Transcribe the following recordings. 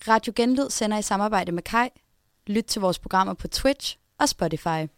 Radio Genlyd sender i samarbejde med Kai. Lyt til vores programmer på Twitch og Spotify.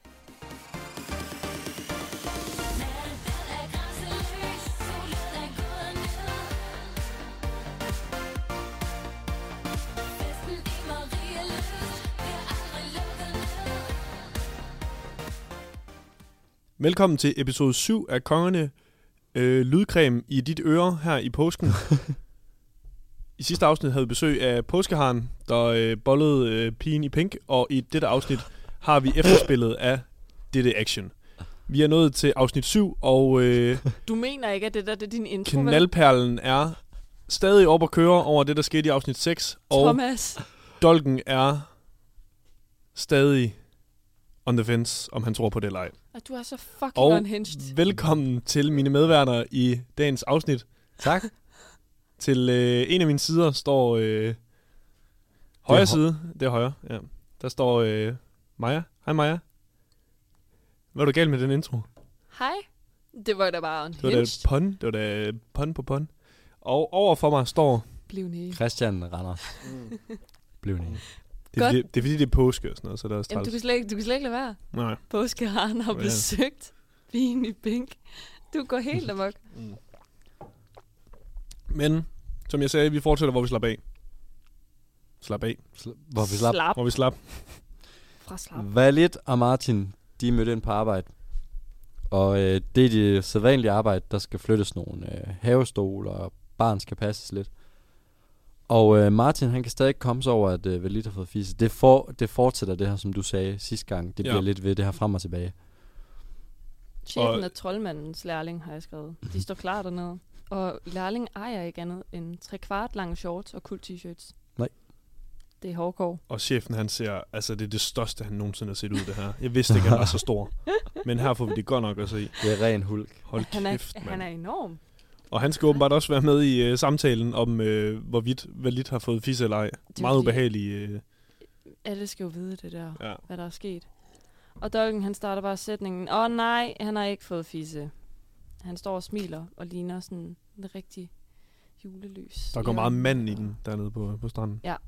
Velkommen til episode 7 af Kongerne. Lydcreme i dit øre her i påsken. I sidste afsnit havde vi besøg af påskeharen, der bollede pigen i pink, og i dette afsnit har vi efterspillet af dette action. Vi er nået til afsnit 7, og du mener ikke, at det er din intro, knaldperlen er stadig op at køre over det, der skete i afsnit 6, og Thomas. Dolken er stadig on the fence, om han tror på det eller ej. Og du er så fucking og unhinged. Velkommen til mine medværter i dagens afsnit. Tak. Til en af mine sider står højre side. Det er højre, ja. Der står Maja. Hej Maja. Hvad er du galt med den intro? Hej. Det var da bare unhinged. Det var da pun på pun. Og over for mig står Bliv nede. Christian Randers. Bliv nede. Det er fordi det er påske og sådan noget, så der er Jamen, du kan slet ikke lade være. Nej. Påskeharen har besøgt pigen i pink. Du går helt amok. Men, som jeg sagde, vi fortsætter, hvor vi slap af. Hvor vi slap. Fra slap. Valit og Martin, de mødte ind på arbejde. Og det er det sædvanlige arbejde, der skal flyttes nogle havestol, og barn skal passes lidt. Og Martin, han kan stadig komme sig over, at Valit har fået fisse. Det fortsætter det her, som du sagde sidste gang. Det bliver lidt ved det her frem og tilbage. Chefen af troldmandens lærling, har jeg skrevet. De står klar dernede. Og lærling ejer ikke andet end 3/4 lange shorts og cool t-shirts. Nej. Det er hårdcore. Og chefen, han ser, altså det er det største, han nogensinde har set ud, det her. Jeg vidste ikke, han var så stor. Men her får vi det godt nok at se. Det er ren hulk. Hold kæft, mand. Han er enorm. Og han skal åbenbart også være med i samtalen om, hvorvidt Valit har fået fisse eller ej. Meget ubehageligt. Alle skal jo vide det der, ja. Hvad der er sket. Og Dolken, han starter bare sætningen, nej, han har ikke fået fisse. Han står og smiler og ligner sådan en rigtig julelys. Der går meget mand i den dernede på stranden. Ja.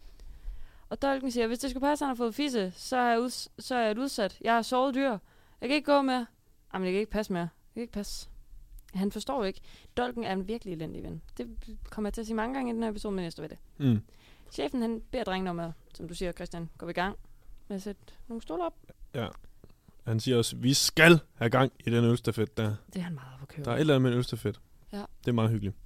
Og Dolken siger, hvis det skulle passe, at han har fået fisse, så er jeg et udsat. Jeg har sovet dyr. Jeg kan ikke gå mere. Jamen, jeg kan ikke passe mere. Jeg kan ikke passe. Han forstår jo ikke. Dolken er en virkelig elendig ven. Det kommer jeg til at sige mange gange i den her episode, men jeg står ved det. Chefen, han beder drengene om at, som du siger, Christian, gå i gang med at sætte nogle stoler op. Ja. Han siger også, vi skal have gang i den ølstafet der. Det er han meget på køber. Der er et eller andet med en ølstafet. Ja. Det er meget hyggeligt.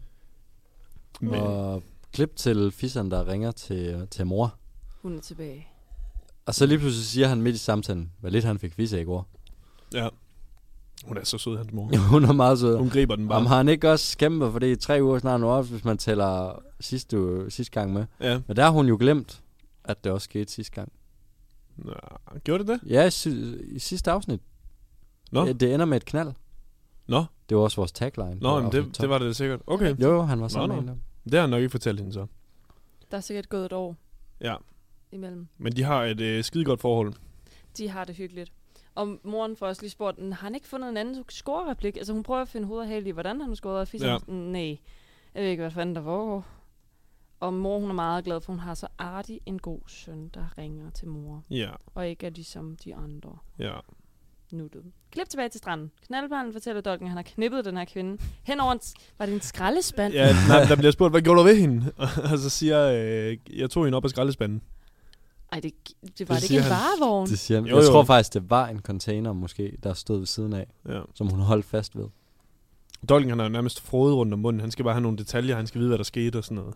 Men. Og klip til fisseren, der ringer til mor. Hun er tilbage. Og så lige pludselig siger han midt i samtalen, hvad lidt han fik fisse i går. Ja. Hun er så sød, hans mor. Hun er meget sød. Hun griber den bare. Om har han ikke også kæmpet, for det er 3 uger snart nu op, hvis man tæller sidste gang med. Ja. Men der har hun jo glemt, at det også skete sidste gang. Nå, gjorde det? Ja, i sidste afsnit. Nå? Ja, det ender med et knald. Nå? Det var også vores tagline. Nå, men det var det sikkert. Okay. Jo, han var sammen med. Det har han nok ikke fortalt hende så. Der er sikkert gået et år. Ja. Imellem. Men de har et skidegodt forhold. De har det hyggeligt. Og moren får også lige spurgt, har han ikke fundet en anden score-replik? Altså hun prøver at finde hoved og hale i, hvordan han har scoret. Og fisser nej, jeg ved ikke, hvad fanden der foregår. Og mor, hun er meget glad, for hun har så artig en god søn, der ringer til mor. Ja. Og ikke er ligesom de andre. Ja. Nuttet. Klip tilbage til stranden. Knaldperlen fortæller Dolken, at han har knippet den her kvinde henover var det en skraldespand? Ja, der bliver spurgt, hvad gjorde du ved hende? Og så siger jeg tog hende op af skraldespanden. Ej, det var det ikke en varevogn. Det siger han. Jeg tror faktisk, det var en container måske, der stod ved siden af, som hun holdt fast ved. Dolken, han er nærmest frået rundt om munden. Han skal bare have nogle detaljer, han skal vide, hvad der skete og sådan noget.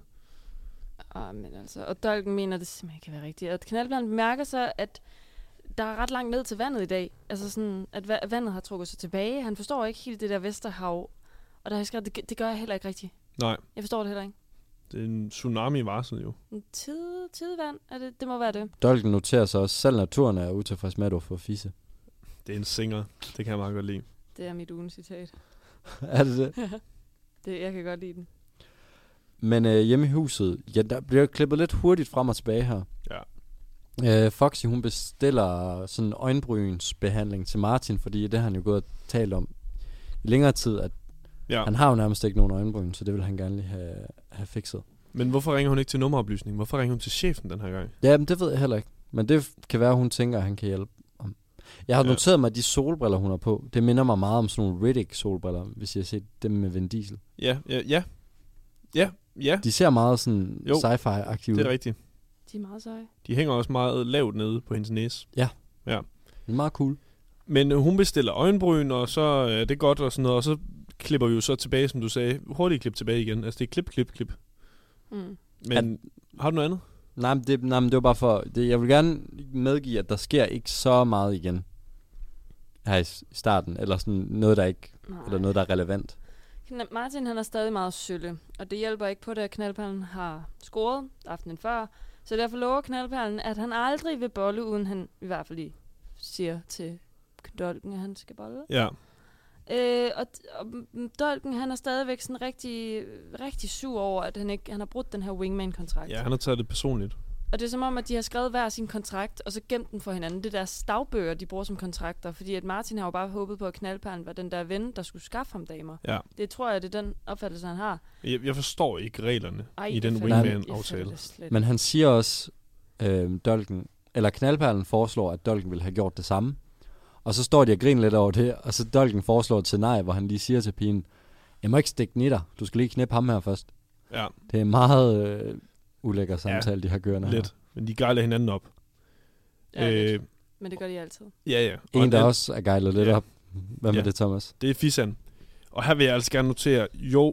Men altså, og Dolken mener, det simpelthen kan være rigtigt. Og knaldperlen bemærker så, at der er ret langt ned til vandet i dag. Altså sådan, at vandet har trukket sig tilbage. Han forstår ikke helt det der Vesterhav. Og der har jeg skrevet, det gør jeg heller ikke rigtigt. Nej. Jeg forstår det heller ikke. Det er en tsunami-varsel jo. Tidevand, det må være det. Dolken noterer sig også, selv naturen er utilfreds med, at du får fisse. Det er en singer. Det kan jeg meget godt lide. Det er mit ugens citat. Er det det? Jeg kan godt lide den. Men hjemme i huset, ja, der bliver klippet lidt hurtigt frem og tilbage her. Ja. Foxy, hun bestiller sådan en øjenbrynsbehandling til Martin, fordi det har han jo gået og talt om i længere tid, at han har jo nærmest ikke nogen øjenbryn, så det vil han gerne lige have fikset. Men hvorfor ringer hun ikke til nummeroplysning? Hvorfor ringer hun til chefen den her gang? Ja, men det ved jeg heller ikke. Men det kan være, at hun tænker, at han kan hjælpe. Jeg har noteret mig, at de solbriller, hun har på, det minder mig meget om sådan nogle Riddick-solbriller, hvis jeg har set dem med Vin Diesel. Ja. De ser meget sådan sci-fi-aktive ud. Det er rigtigt. De er meget seje. De hænger også meget lavt nede på hendes næse. Det er meget cool. Men hun bestiller øjenbryn, og så er det godt og sådan noget, og så klipper vi jo så tilbage, som du sagde. Hurtigt klip tilbage igen. Altså det er klip. Mm. Men har du noget andet? Nej, men det var bare for... jeg vil gerne medgive, at der sker ikke så meget igen her i starten, eller sådan noget, der ikke... Eller noget, der er relevant. Martin, han er stadig meget sølle, og det hjælper ikke på det, at knaldperlen har scoret aftenen før. Så derfor lover knaldperlen, at han aldrig vil bolle, uden han i hvert fald lige siger til Dolken, at han skal bolle. Ja. Og Dolken, han er stadigvæk sådan rigtig, rigtig sur over, at han har brudt den her wingman-kontrakt. Ja, han har taget det personligt. Og det er som om, at de har skrevet hver sin kontrakt, og så gemt den for hinanden. Det er deres dagbøger, de bruger som kontrakter. Fordi at Martin har jo bare håbet på, at knaldperlen var den der ven, der skulle skaffe ham damer. Ja. Det tror jeg, det er den opfattelse, han har. Jeg forstår ikke reglerne i den wingman-aftale. Men han siger også, Dolken, eller knaldperlen foreslår, at Dolken ville have gjort det samme. Og så står de og griner lidt over det, og så Dolken foreslår til nej, hvor han lige siger til pigen, jeg må ikke stikke den i dig, du skal lige knæppe ham her først. Ja. Det er meget ulækker samtale, de har kørende lidt. Her. Men de gejler hinanden op. Ja, men det gør de altid. Ja. En, der også er gejlet lidt op. Hvad med det, Thomas? Det er Fisan. Og her vil jeg altså gerne notere,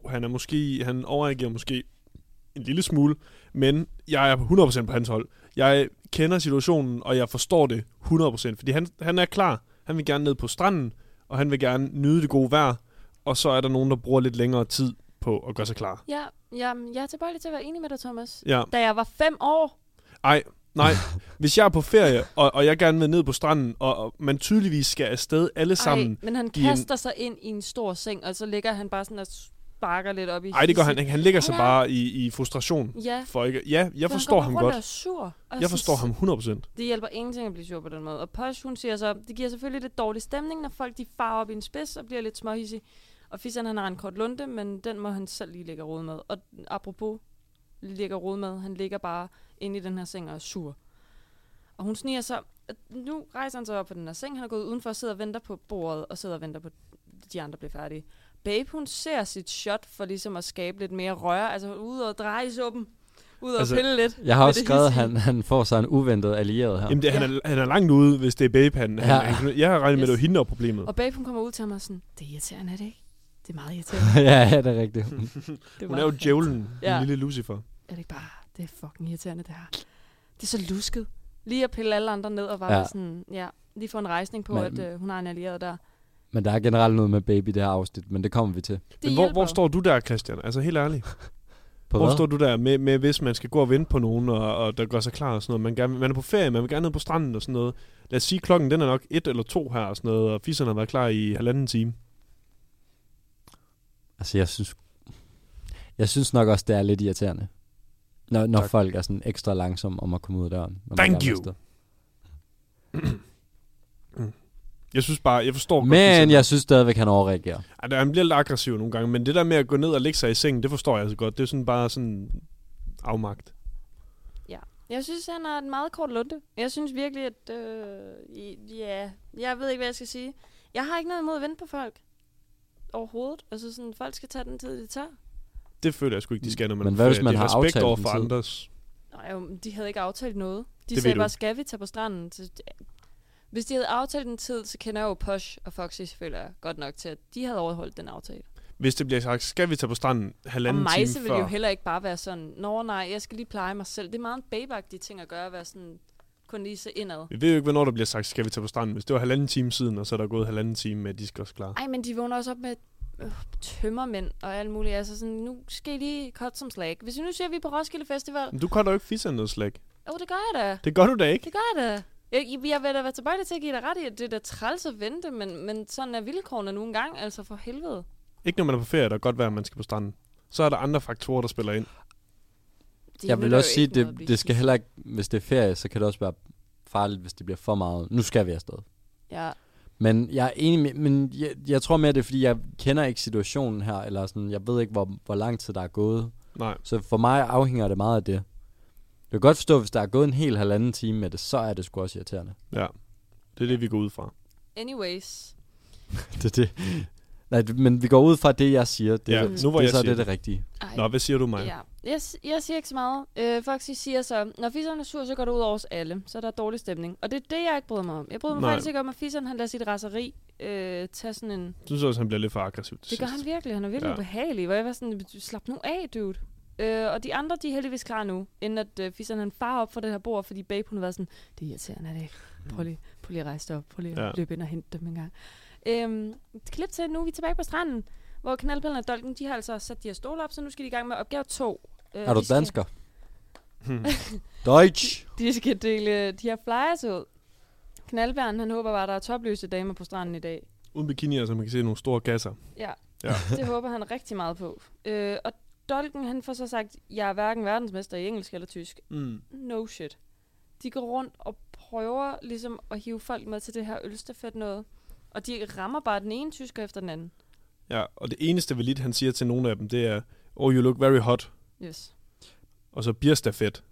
han overreagerer måske en lille smule, men jeg er 100% på hans hold. Jeg kender situationen, og jeg forstår det 100%, fordi han er klar. Han vil gerne ned på stranden, og han vil gerne nyde det gode vejr, og så er der nogen, der bruger lidt længere tid på at gøre sig klar. Ja, jeg er tilbøjelig til at være enig med dig, Thomas. Ja. Da jeg var 5 år. Nej. Hvis jeg er på ferie, og jeg gerne vil ned på stranden, og man tydeligvis skal afsted alle sammen. Men han kaster sig ind i en stor seng, og så ligger han bare sådan og sparker lidt op i... Nej, det gør han. Han ligger sig bare i frustration. Ja. Jeg forstår ham godt. Han sur. Jeg forstår ham 100%. Det hjælper ingenting at blive sur på den måde. Og Posh, hun siger så, det giver selvfølgelig lidt dårlig stemning, når folk de farer op i en spids og bliver lidt småhissige. Og Fisan, han har en kort lunde, men den må han selv lige lægge rode med. Og apropos ligger rode med, han ligger bare inde i den her seng og er sur. Og hun sniger så, nu rejser han sig op på den her seng, han er gået udenfor og sidder og venter på bordet, og sidder og venter på, de andre bliver færdige. Babe, hun ser sit shot for ligesom at skabe lidt mere røre, altså ud og dreje i suppen, ud og pille lidt. Jeg har også skrevet, at han får sig en uventet allieret her. Jamen, han er langt ude, hvis det er Babe. Jeg har regnet med, at det var hende, der problemet. Og Babe, hun kommer ud til ham og sådan, det er irriterende, er det ikke? Det er meget irriterende. Ja, det er rigtigt. Hun er jo djævlen, den lille Lucifer. Er det ikke bare, det er fucking irriterende, det her. Det er så lusket. Lige at pille alle andre ned og bare sådan, lige få en rejsning på, at hun har en allieret der. Men der er generelt noget med Baby i det her afsnit, men det kommer vi til. Men hvor står du der, Christian? Altså helt ærligt. Hvor hvad? står du der med, hvis man skal gå og vente på nogen, og der gør sig klar og sådan noget? Man er på ferie, man vil gerne ned på stranden og sådan noget. Lad os sige, klokken den er nok 1 eller 2 her og sådan noget, og fisserne har været klar i 1,5 time. Altså jeg synes nok også, det er lidt irriterende. Når folk er sådan ekstra langsomme om at komme ud af døren. Thank you! Jeg synes bare, jeg forstår godt... Men jeg synes stadigvæk, han overreagerer. Han bliver lidt aggressiv nogle gange, men det der med at gå ned og lægge sig i sengen, det forstår jeg altså godt. Det er sådan bare sådan afmagt. Ja, jeg synes, han har en meget kort lunte. Jeg synes virkelig, at... jeg ved ikke, hvad jeg skal sige. Jeg har ikke noget imod at vente på folk. Overhovedet. Altså sådan, folk skal tage den tid, det tager. Det føler jeg sgu ikke, de skal, når man men hvad hvis man har respekt aftalt over for den tid? andres. Nej, de havde ikke aftalt noget. De det sagde bare, skal vi tage på stranden? Hvis de havde aftalt en tid, så kender jeg jo Posh og Foxy selvfølgelig godt nok til, at de havde overholdt den aftale. Hvis det bliver sagt, skal vi tage på stranden 1,5 time før? Og Majse vil jo heller ikke bare være sådan, nej, jeg skal lige pleje mig selv. Det er meget en babyagtige ting at gøre, at være sådan, kun lige se indad. Vi ved jo ikke, hvornår der bliver sagt, skal vi tage på stranden. Hvis det var 1,5 time siden, og så er der gået 1,5 time med, at de skal også klare. Ej, men de vågner også op med tømmermænd og alt muligt. Altså sådan, nu skal I lige cut som slag. Hvis vi nu siger, at vi er på Roskilde Festival. Men du kan da jo ikke fisse noget slag. Det gør jeg da. Det gør du da ikke. Det gør jeg da. Jeg vil da være tilbage til at give dig ret i, at det er da træls at vente, men sådan er vilkårene nu engang, altså for helvede. Ikke når man er på ferie, der er godt være, at man skal på stranden. Så er der andre faktorer, der spiller ind. Jeg vil også sige, det skal heller ikke, hvis det er ferie, så kan det også være farligt, hvis det bliver for meget. Nu skal vi afsted. Ja. Men jeg er enig med, men jeg tror mere, det er, fordi jeg kender ikke situationen her, eller sådan, jeg ved ikke, hvor lang tid der er gået. Nej. Så for mig afhænger det meget af det. Jeg kan godt forstå, hvis der er gået en hel halvanden time med det, så er det sgu også irriterende. Ja, det er det, vi går ud fra. Anyways. Det er det. Nej, men vi går ud fra det, jeg siger. Det, Ja, nu hvor det jeg så siger det rigtige. Ej. Nå, hvad siger du, mig? Ja. Jeg siger ikke så meget. Foxy siger så, når fisseren er sur, så går det ud over os alle. Så er der dårlig stemning. Og det er det, jeg ikke bryder mig om. Jeg bryder mig faktisk ikke om, at fisseren han lader sit raseri tage sådan en... Jeg synes også, han bliver lidt for aggressiv til Det gør sidst. han virkelig. Han er virkelig ubehagelig. Hvor jeg var sådan, slap nu af, dude. Og de andre, de er heldigvis klar nu, inden at fisseren han farer op fra det her bord, fordi Babe hun har været sådan, det er irriterende, er det ikke? Prøv lige at rejse dig op. Prøv lige at løbe ind og hente dem en gang. Klip til, nu er vi tilbage på stranden, hvor Knaldpellen og Dolken, de har altså sat de her stole op, så nu skal de i gang med opgave 2. Er du dansker? Deutsch! De skal dele de her flyers ud. Knaldbæren, han håber bare, der er topløse damer på stranden i dag. Uden bikinier, så man kan se nogle store gasser. Ja, Ja. det håber han rigtig meget på. Og Dolken, han får så sagt, jeg er hverken verdensmester i engelsk eller tysk. No shit. De går rundt og prøver ligesom at hive folk med til det her ølstafet noget. Og de rammer bare den ene tysker efter den anden. Ja, og det eneste Valit, han siger til nogle af dem, det er, oh, you look very hot. Yes. Og så bierstafet.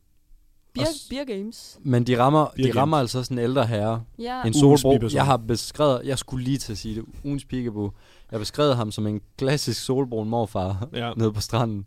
Beer games. Men de rammer altså sådan en ældre herre. Ja. En solbro. Jeg har beskrevet, jeg skulle lige til at sige det, ugens peekaboo. Jeg beskrev ham som en klassisk solbrun morfar nede på stranden.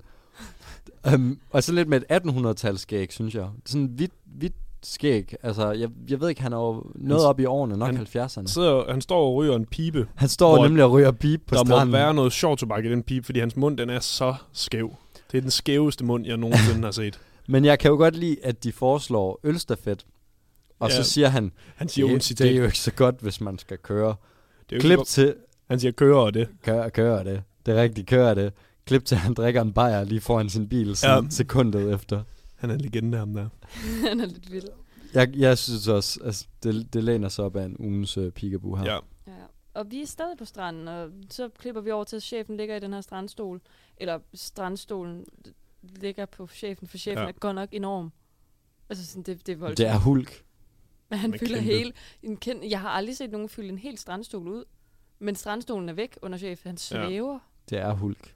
Og så lidt med et 1800-tals skæg, synes jeg. Sådan hvidt skæg. Altså, jeg ved ikke, han er jo noget op i årene, nok 70'erne. Han står og ryger en pibe. Han står nemlig og ryger pibe på stranden. Der må være noget sjovt tobak i den pibe, fordi hans mund, den er så skæv. Det er den skæveste mund, jeg nogensinde har set. Men jeg kan jo godt lide, at de foreslår ølstafet. Og så siger han siger det er jo ikke så godt, hvis man skal køre. Klip til... Han siger, kører det. Kører det. Det er rigtigt, kører det. Klip til, at han drikker en bajer lige foran sin bil sekundet efter. Han er en legende, ham der. Han er lidt vild. Jeg synes også, altså, det læner sig op af en ugens peekaboo her. Ja. Og vi er stadig på stranden, og så klipper vi over til, at chefen ligger i den her strandstol. Eller strandstolen ligger på chefen, for chefen er godt nok enorm. Altså sådan, det er voldsomt. Det er Hulk. Men han fylder hele... Jeg har aldrig set nogen fylde en hel strandstol ud. Men strandstolen er væk under chef. Han svæver. Det er Hulk.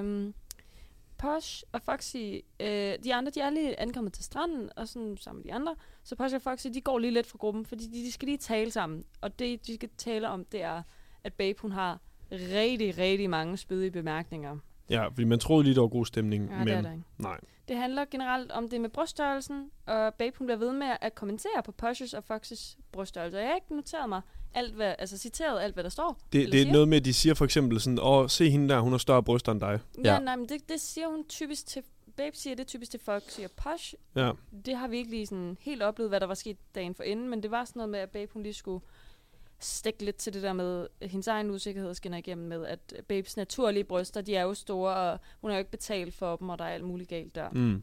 Posh og Foxy, de andre, de er lige ankommet til stranden, og sådan sammen med de andre. Så Posh og Foxy, de går lige lidt fra gruppen, fordi de skal lige tale sammen. Og det, de skal tale om, det er, at Babe, hun har rigtig, rigtig mange spydige bemærkninger. Ja, fordi man troede lige, der var god stemning, ja, men det er der ikke. Nej. Det handler generelt om det med bryststørrelsen, og Babe, hun bliver ved med at kommentere på Poshes og Foxys bryststørrelse. Jeg har ikke noteret mig citeret alt, hvad der står. Det er noget med, at de siger for eksempel sådan, se hende der, hun har større bryster end dig. Ja, nej, men det siger hun typisk til, Babe siger det typisk til Foxy og Posh. Ja. Det har vi ikke lige sådan helt oplevet, hvad der var sket dagen forinden, men det var sådan noget med, at Babe, hun lige skulle stikke lidt til det der med, hendes egen usikkerhed skinner igennem med, at Babes naturlige bryster, de er jo store, og hun har jo ikke betalt for dem, og der er alt muligt galt der.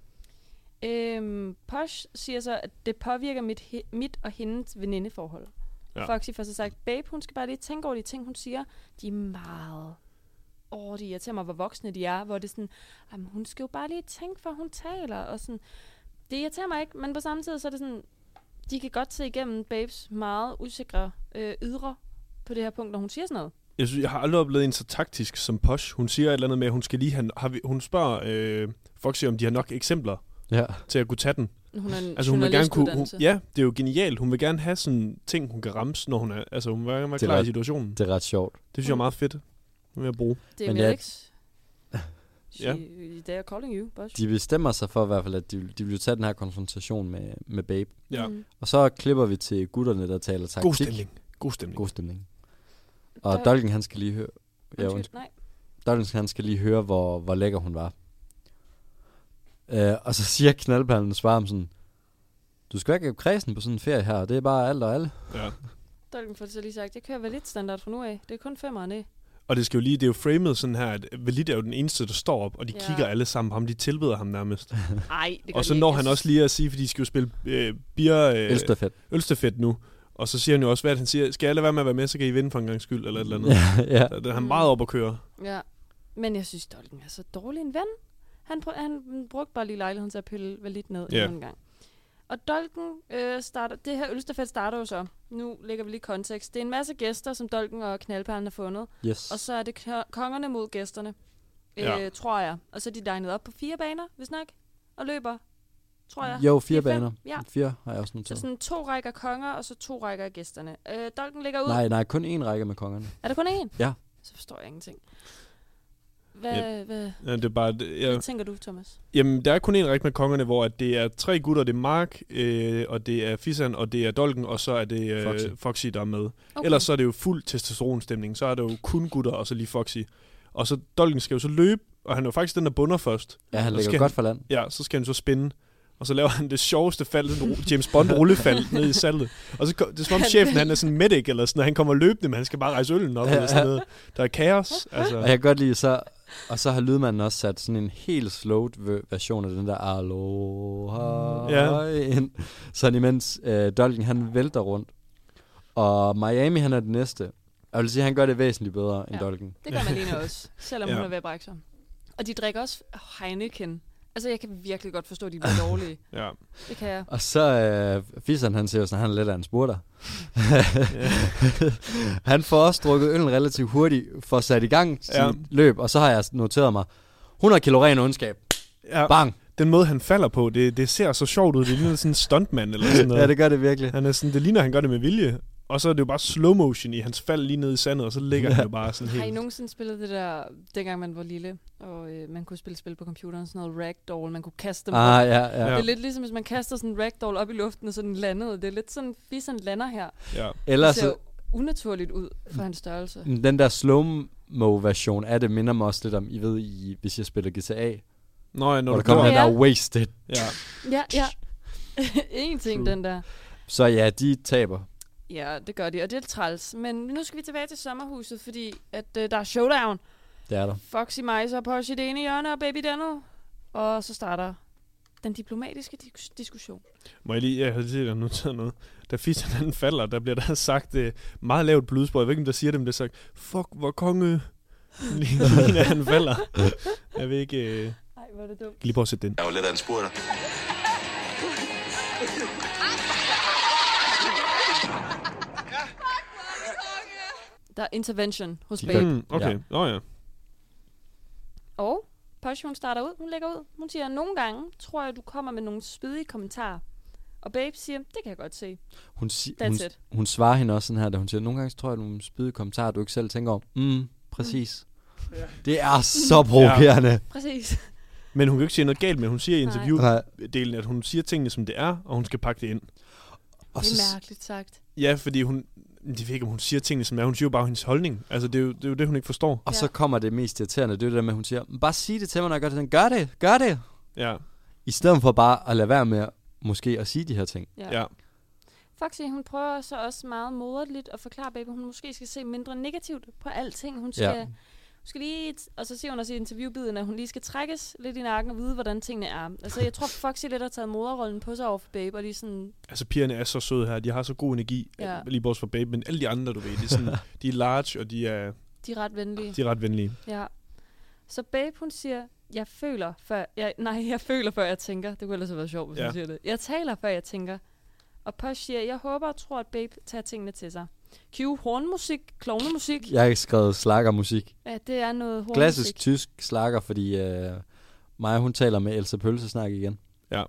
Posh siger så, at det påvirker mit og hendes venindeforhold. Ja. Foxy får så sagt, Babe, hun skal bare lige tænke over de ting, hun siger. De er meget... de irriterer mig, hvor voksne de er, hvor det er sådan, hun skal jo bare lige tænke, for hun taler, og sådan. Det irriterer mig ikke, men på samme tid, så er det sådan, de kan godt se igennem Babes meget usikre ydre på det her punkt, når hun siger sådan noget. Jeg har aldrig oplevet en så taktisk som Posh. Hun siger et eller andet med, at hun skal lige hun spørger Foxy, om de har nok eksempler til at kunne tage den. Hun hun vil gerne kunne, det er jo genialt. Hun vil gerne have sådan ting, hun kan ramse, når hun er, altså hun vil gerne være klar i situationen. Det er ret sjovt. Det synes jeg er meget fedt. Vil jeg bruge. Det er Alex. They are calling you, Bosh. De bestemmer sig for i hvert fald, at de vil tage den her konfrontation med Babe. Ja. Og så klipper vi til gutterne, der taler taktik. God stemning. Og Dolken, han skal lige høre... Dolken, han skal lige høre, hvor lækker hun var. Og så siger Knaldperlen og svarer ham sådan, du skal ikke have kredsen på sådan en ferie her, det er bare alt og alle. Ja. Dolken får så lige sagt, jeg kører Valit standard fra nu af, det er kun 5'erne. Og det er jo framet sådan her, at Valit er jo den eneste, der står op, og de kigger alle sammen på ham, de tilbeder ham nærmest. Ej, det gør og så når han også lige at sige, fordi de skal jo spille ølstafet nu, og så siger han jo også, hvad han siger, skal alle være med at være med, så kan I vinde for en gang skyld, eller et eller andet. Ja. Der er han meget op at køre. Ja, men jeg synes, Dolken er så dårlig en ven. Han brugte bare lige lejligheden til at pille Valit ned en gang. Og Dolken starter... Det her ølstafet starter jo så. Nu lægger vi lige kontekst. Det er en masse gæster, som Dolken og Knaldperlen har fundet. Yes. Og så er det kongerne mod gæsterne. tror jeg. Og så er de dignet op på 4 baner, hvis nok, og løber, tror jeg. Jo, 4 4-5. baner. Ja. 4 har jeg også Så noteret. sådan 2 rækker konger, og så 2 rækker af gæsterne. Dolken ligger ud. Nej, kun 1 række med kongerne. Er der kun én? Ja. Så forstår jeg ingenting. Hvad Ja, det er bare... hvad tænker du, Thomas? Jamen, der er kun en række med kongerne, hvor at det er 3 gutter. Det er Mark, og det er Fisan, og det er Dolken, og så er det Foxy, der er med. Okay. Ellers så er det jo fuld testosteronstemning. Så er det jo kun gutter, og så lige Foxy. Og så Dolken skal jo så løbe, og han er jo faktisk den, der bunder først. Ja, han Så ligger skal godt for land. Ja, så skal han så spinde. Og så laver han det sjoveste fald, sådan James Bond-rullefald ned i saltet. Og så det er som om chefen, han er sådan en medic eller sådan noget. Han kommer løbende, men han skal bare rejse øllen op eller sådan noget. Der er kaos. Altså. Og jeg kan godt lide så har lydmanden også sat sådan en helt slowed version af den der Aloha ind. Så imens Dolken, han vælter rundt. Og Miami, han er den næste. Jeg vil sige, han gør det væsentligt bedre end Dolken. Det gør Malene også, selvom hun er ved at brække sig. Og de drikker også Heineken. Altså, jeg kan virkelig godt forstå, at de bliver dårlige. Ja. Det kan jeg. Og så Fisan, han siger jo sådan, han er lidt af en spurter. Han får også drukket øllen relativt hurtigt for at sætte i gang sit løb. Og så har jeg noteret mig 100 kilo ren ondskab. Ja. Bang! Den måde, han falder på, det ser så sjovt ud. Det ligner sådan en stuntman eller sådan noget. Ja, det gør det virkelig. Han er sådan, det ligner, han gør det med vilje. Og så er det jo bare slow motion i hans fald lige nede i sandet, og så ligger han jo bare sådan helt... Har I nogensinde spillet det der, dengang man var lille, og man kunne spille på computeren, sådan noget ragdoll, man kunne kaste dem op? Ja. Det er lidt ligesom, hvis man kaster sådan en ragdoll op i luften, og så den landede. Det er lidt sådan, Fisan lander her. Ja. Det ser unaturligt ud for hans størrelse. Den der slow-mo-version af det minder mig også lidt om, I ved, hvis jeg spiller GTA. Nå ja, når der kommer den der wasted. Ja. En ting, den der. Så ja, de taber. Ja, det gør de, og det er træls. Men nu skal vi tilbage til sommerhuset, fordi at der er showdown. Det er der. Foxy, Majse og Porsche i det ene hjørne, og Baby Daniel. Og så starter den diplomatiske diskussion. Må jeg lige, jeg har lige noteret noget. Da Fisan han falder, der bliver der sagt meget lavt på lydsporet. Jeg ved ikke, om der siger det, men det er sagt, fuck, hvor konge. Lige når han falder. Jeg ved ikke... Ej, hvor er det dumt. Lige prøve at sætte den. Jeg var lidt af en spurter. Der er intervention hos Babe. Okay, ja. Og Porsche, hun starter ud, hun lægger ud. Hun siger, nogle gange tror jeg, du kommer med nogle spydige kommentarer. Og Babe siger, det kan jeg godt se. Hun svarer hende også sådan her, da hun siger, nogle gange tror jeg, nogle spydige kommentarer, du ikke selv tænker om. Præcis. Det er så provokerende. Ja. Præcis. Men hun kan ikke sige noget galt med. Hun siger i interviewdelen, at hun siger tingene, som det er, og hun skal pakke det ind. Og det er mærkeligt sagt. Ja, fordi hun... Jeg ved ikke, om hun siger tingene, som det er. Hun siger jo bare hendes holdning. Altså, det er jo det, hun ikke forstår. Og så kommer det mest irriterende. Det er jo det der med, at hun siger, bare sig det til mig, når jeg gør det. Gør det. Ja. I stedet for bare at lade være med måske at sige de her ting. Ja. Foxy, hun prøver så også meget moderligt at forklare Babe, at hun måske skal se mindre negativt på alting. Hun skal lige, og så siger hun også i interviewbiden, at hun lige skal trækkes lidt i nakken og vide, hvordan tingene er. Altså, jeg tror, Foxy lidt har taget moderrollen på sig over for Babe, og lige sådan... Altså, pigerne er så søde her. De har så god energi, lige bortset fra Babe, men alle de andre, du ved, de er, sådan, de er large, og de er... De er ret venlige. De er ret venlige. Ja. Så Babe, hun siger, jeg føler, før jeg tænker. Det kunne ellers have været sjovt, hvis hun siger det. Jeg taler, før jeg tænker. Og Posh siger, jeg håber og tror, at Babe tager tingene til sig. Cue hornmusik, klovnemusik. Jeg har ikke skrevet slaggermusik. Ja, det er noget hornmusik. Klassisk tysk slagger, fordi Maja, hun taler med Elsa Pølsesnak igen. Ja.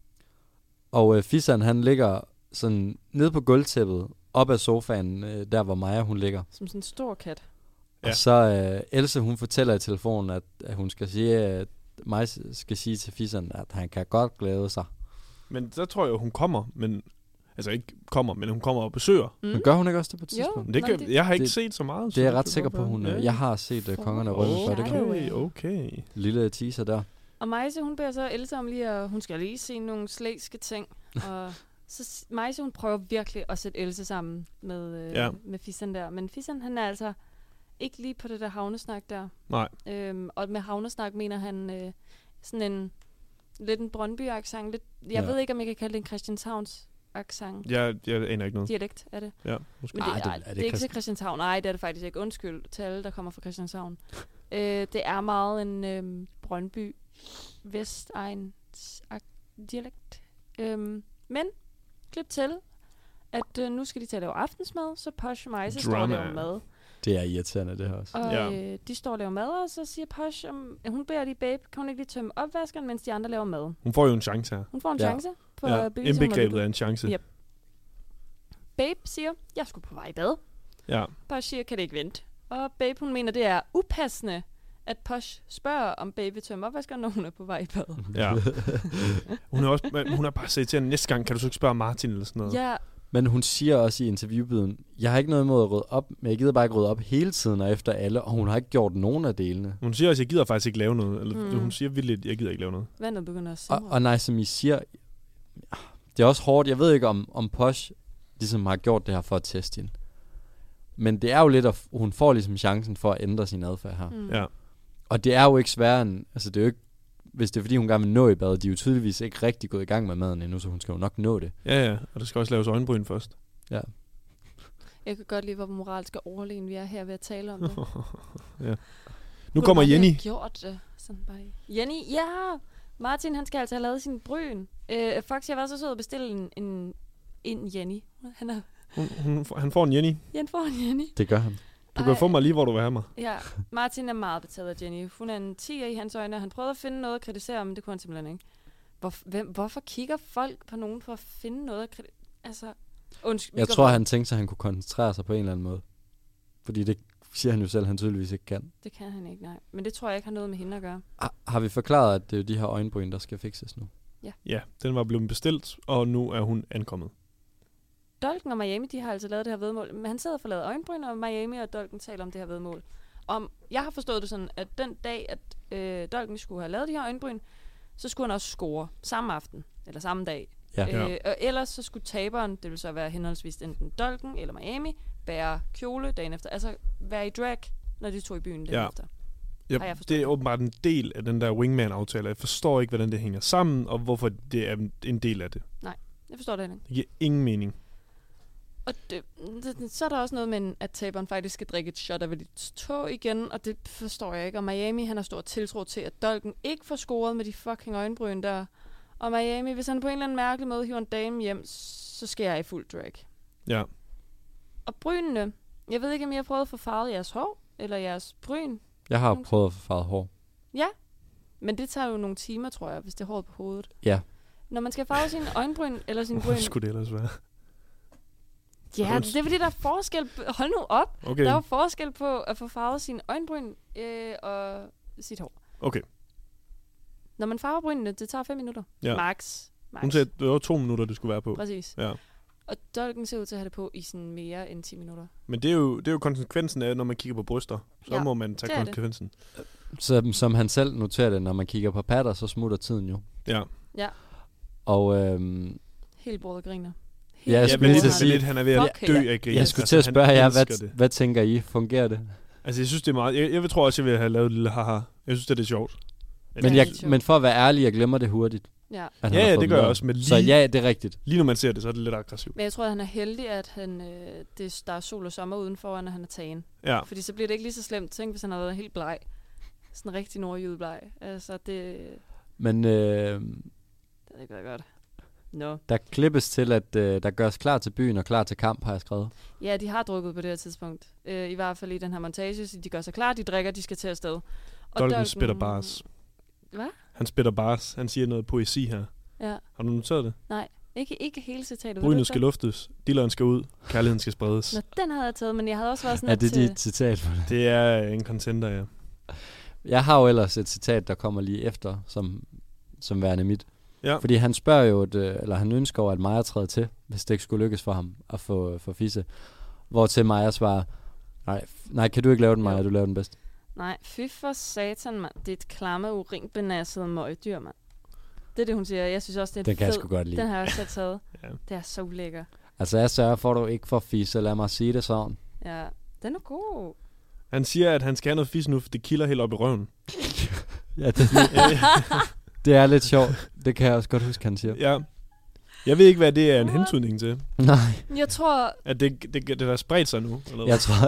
Og Fisan, han ligger sådan nede på gulvtæppet, op ad sofaen, der hvor Maja, hun ligger. Som sådan en stor kat. Ja. Og så Elsa, hun fortæller i telefonen, at hun skal sige, at Maja skal sige til Fisan, at han kan godt glæde sig. Men så tror jeg, hun kommer, men... Altså ikke kommer, men hun kommer og besøger. Men gør hun ikke også det på et tidspunkt? Jeg har ikke set så meget. Det er jeg ret sikker på, hun... Jeg har set Kongerne Røde før. Det Okay. Lille teaser der. Og Majse, hun beder så Elsa om lige at... Hun skal lige se nogle slægske ting. Og så Majse, hun prøver virkelig at sætte Elsa sammen med Fisan der. Men Fisan, han er altså ikke lige på det der havnesnak der. Nej. Og med havnesnak mener han sådan en... Lidt en Brøndby-accent. Jeg ved ikke, om jeg kan kalde det en Christianshavns accent. Jeg aner ikke noget. Dialekt er det. Ja, måske. Men det er ikke til Christianshavn. Nej, det er det faktisk ikke. Undskyld til alle, der kommer fra Christianshavn. Det er meget en Brøndby Vestegn dialekt. Men klip til, at nu skal de til at lave aftensmad, så Posh og Majse står og laver mad. Det er irriterende, det her også. Og Ja. de står og laver mad, og så siger Posh, hun beder lige babe, kan hun ikke lige tømme opvaskeren, mens de andre laver mad? Hun får jo en chance her. Hun får en Ja. chance på at bevise, hun er indbegrebet lytter. er en chance. Yep. Babe siger, jeg skulle på vej i bad. Ja. Posh siger, kan det ikke vente? Og babe, hun mener, det er upassende, at Posh spørger, om babe vil tømme opvaskeren, når hun er på vej i bad. Ja. hun er bare sagt til hende, næste gang kan du så ikke spørge Martin eller sådan noget. Ja, Men hun siger også i interviewbiden, jeg har ikke noget imod at rydde op, men jeg gider bare ikke rydde op hele tiden og efter alle, og hun har ikke gjort nogen af delene. Hun siger også, jeg gider faktisk ikke lave noget. Eller hun siger vildt, jeg gider ikke lave noget. vandet begynder at simre. Og nej, som I siger, det er også hårdt. Jeg ved ikke, om Posh ligesom har gjort det her for at teste hende. Men det er jo lidt, at hun får ligesom chancen for at ændre sin adfærd her. Ja. Og det er jo ikke sværere end, altså det er jo ikke, hvis det er fordi hun gerne vil nå i bad, de er jo tydeligvis ikke rigtig gået i gang med maden endnu, så hun skal jo nok nå det. Ja, og der skal også laves øjenbryn først. Ja. Jeg kan godt lide, hvor moralske overlegen vi er her ved at tale om det. Ja. Nu kommer Jenny. Jeg har gjort det. Sådan bare. Jenny, ja! Martin, han skal altså have lavet sin bryn. Faktisk, jeg var så sød at bestille en Jenny. Han er... Han får en Jenny. Jen får en Jenny. Det gør han. Du kan få mig lige, hvor du vil have mig. Ja, Martin er meget betaget af Jenny. Hun er en 10'er i hans øjne, og han prøvede at finde noget at kritisere, men det kunne han simpelthen ikke. Hvorfor kigger folk på nogen for at finde noget at kritisere? Altså, Jeg tror, han tænkte sig, at han kunne koncentrere sig på en eller anden måde. Fordi det siger han jo selv, han tydeligvis ikke kan. Det kan han ikke, nej. Men det tror jeg ikke har noget med hende at gøre. Har vi forklaret, at det er de her øjenbryn, der skal fikses nu? Ja, den var blevet bestilt, og nu er hun ankommet. Dolken og Miami, de har altså lavet det her vedmål. Men han sidder og får lavet øjenbryn, og Miami og Dolken taler om det her vedmål. Jeg har forstået det sådan, at den dag, at Dolken skulle have lavet de her øjenbryn, så skulle han også score samme aften, eller samme dag. Ja. Og ellers så skulle taberen, det vil så være henholdsvis enten Dolken eller Miami, bære kjole dagen efter. Altså være i drag, når de tog i byen dagen efter. Har jeg forstået det er det? åbenbart en del af den der wingman-aftale. Jeg forstår ikke, hvordan det hænger sammen, og hvorfor det er en del af det. Jeg forstår det ikke. Det giver ingen mening. Og så er der også noget med, at taberen faktisk skal drikke et shot af dit tog igen, og det forstår jeg ikke. Og Miami, han har stor tiltro til, at Dolken ikke får scoret med de fucking øjenbryn der. Og Miami, hvis han på en eller anden mærkelig måde hiver en dame hjem, så skal jeg i fuld drag. Ja. Og brynene, jeg ved ikke, om I har prøvet at få farvet jeres hår, eller jeres bryn. Jeg har prøvet at få farvet hår. Ja, men det tager jo nogle timer, tror jeg, hvis det er håret på hovedet. Ja. Når man skal farve sin øjenbryn, eller sin bryn... Hvor skulle det ellers være? Ja, det er fordi, der er forskel... Hold nu op! Okay. Der er jo forskel på at få farvet sin øjenbryn og sit hår. Okay. Når man farver brynene, det tager 5 minutter. Ja. Max. Hun sagde, at det var 2 minutter, det skulle være på. Præcis. Ja. Og Dolken ser ud til at have det på i sådan mere end 10 minutter. Men det er jo konsekvensen af, når man kigger på bryster. Så Ja, må man tage det er det. konsekvensen. Så, som han selv noterer det, når man kigger på patter, så smutter tiden jo. Ja. Ja, Og helt brød og griner. Ja, jeg Ja, skulle men lige lidt, til at sige- han er ved at Fuck dø ja. af grin. jeg skulle til at spørge han jer, elsker det. hvad tænker I? Fungerer det? Altså, jeg synes, det er meget... Jeg tror også, jeg vil have lavet et lille haha. Jeg synes, det er sjovt. Men, det er sjovt. men for at være ærlig, jeg glemmer det hurtigt. Ja. At han Ja, har ja, fået det gør jeg mad. også. Men Så ja, det er rigtigt. lige når man ser det, så er det lidt aggressivt. Men jeg tror, at han er heldig, at der er sol og sommer udenfor, og han er tagen. Ja. Fordi så bliver det ikke lige så slemt. Tænk, hvis han havde været helt bleg. Sådan en rigtig nordjydebleg. Altså, det Men er ikke været godt. Nå. der klippes til, at der gøres klar til byen og klar til kamp, har jeg skrevet. Ja, de har drukket på det her tidspunkt. I hvert fald i den her montage. Så de gør sig klar, de drikker, de skal til afsted. Og Dolken spiller bars. Hvad? Han spiller bars. Han siger noget poesi her. Ja. Har du noteret det? Nej, ikke hele citatet. Brynet skal luftes. Dilleren skal ud. Kærligheden skal spredes. Nå, den havde jeg taget, men jeg havde også været sådan Er det til... dit citat for det? Det er en contender, ja. Jeg har jo ellers et citat, der kommer lige efter, som værende mit. Ja. Fordi han spørger jo, eller han ønsker jo, at Maja træder til, hvis det ikke skulle lykkes for ham at få fisse. Hvortil Maja svarer, nej, kan du ikke lave den, Maja, Jo. du laver den bedst. Nej, fy for satan, mand. Det er et klamme, urinbenassede møgdyr, mand. Det er det, hun siger. Jeg synes også, det er Den en kan jeg fed... sgu godt lide. Den har jeg også selv taget. Ja. Det er så ulækker. Altså, jeg sørger for, at du ikke får fisse, lad mig sige det sådan. Ja, den er god. Han siger, at han skal have noget fis nu, for det kilder helt op i røven. Ja, det er lidt sjovt. Det kan jeg også godt huske, han siger. Ja. Jeg ved ikke, hvad det er en hentydning til. Nej, Jeg tror... At det der spredt sig nu. Eller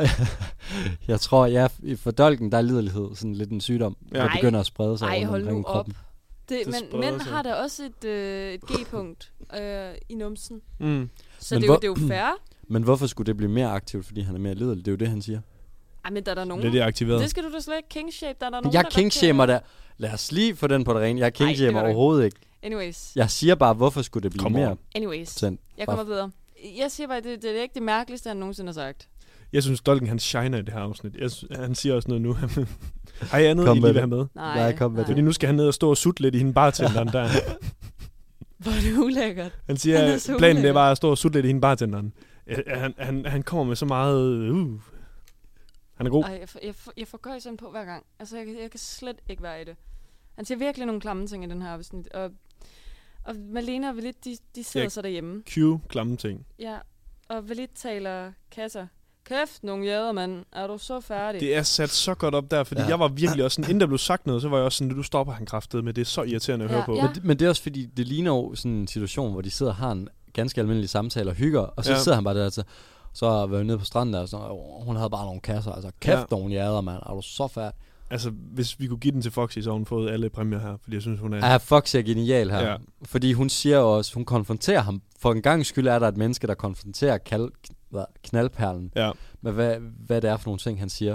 jeg tror, ja, for Dolken, der er liderlighed sådan lidt en sygdom, Ja. der Ej. begynder at sprede sig Ej, rundt hold nu omkring op. kroppen. Det, Det men spreder mænd sig. har da også et G-punkt i numsen. Mm. Så Men det er jo fair. Men hvorfor skulle det blive mere aktivt, fordi han er mere liderlig? Det er jo det, han siger. Ej, men der er der nogen. Bliver det aktiveret? Det skal du da slet ikke kingshape. Der er der nogen, Jeg der kingshamer der. Lad os lige få den på det rene. Jeg kingshamer gør du overhovedet ikke. Anyways. Jeg siger bare, hvorfor skulle det blive Come mere on. sendt? Jeg kommer videre. Jeg siger bare, det er ikke det mærkeligste, han nogensinde har sagt. Jeg synes, Dolken han shiner i det her afsnit. Han siger også noget nu. Har I andet, Kom I med lige vil det. have med? Nej, kom med Fordi nu skal han ned og stå og sutte lidt i hende bartenderen der. Hvor er det ulækkert. Han siger, Han er at så planen det er ulækker. bare at stå og sutte lidt i hende bartenderen. Han kommer med så meget... Han er god. Ej, jeg får gøjsen på hver gang. Altså, jeg kan slet ikke være i det. Han siger virkelig nogle klamme ting i den her afsnit. Og Malene og Velit, de sidder så derhjemme. Klamme ting. Ja, og Velit taler kasser. Kæft, nogle jæder, mand. Er du så færdig? Det er sat så godt op der, fordi jeg var virkelig også sådan, inden der blev sagt noget, så var jeg også sådan, du stopper han kraftedeme med. Det er så irriterende at høre på. Ja. Men det er også fordi, det ligner jo sådan en situation, hvor de sidder og har en ganske almindelig samtale og hygger, og så sidder han bare der til, så var vi nede på stranden der, og så, hun havde bare nogle kasser, altså kæft nogle jæder, mand, er du så færdig? Altså, hvis vi kunne give den til Foxy, så har hun fået alle præmier her, fordi jeg synes, hun er... Ja, Foxy er genial her, fordi hun siger også, hun konfronterer ham, for en gang skyld er der et menneske, der konfronterer knaldperlen, med hvad det er for nogle ting, han siger.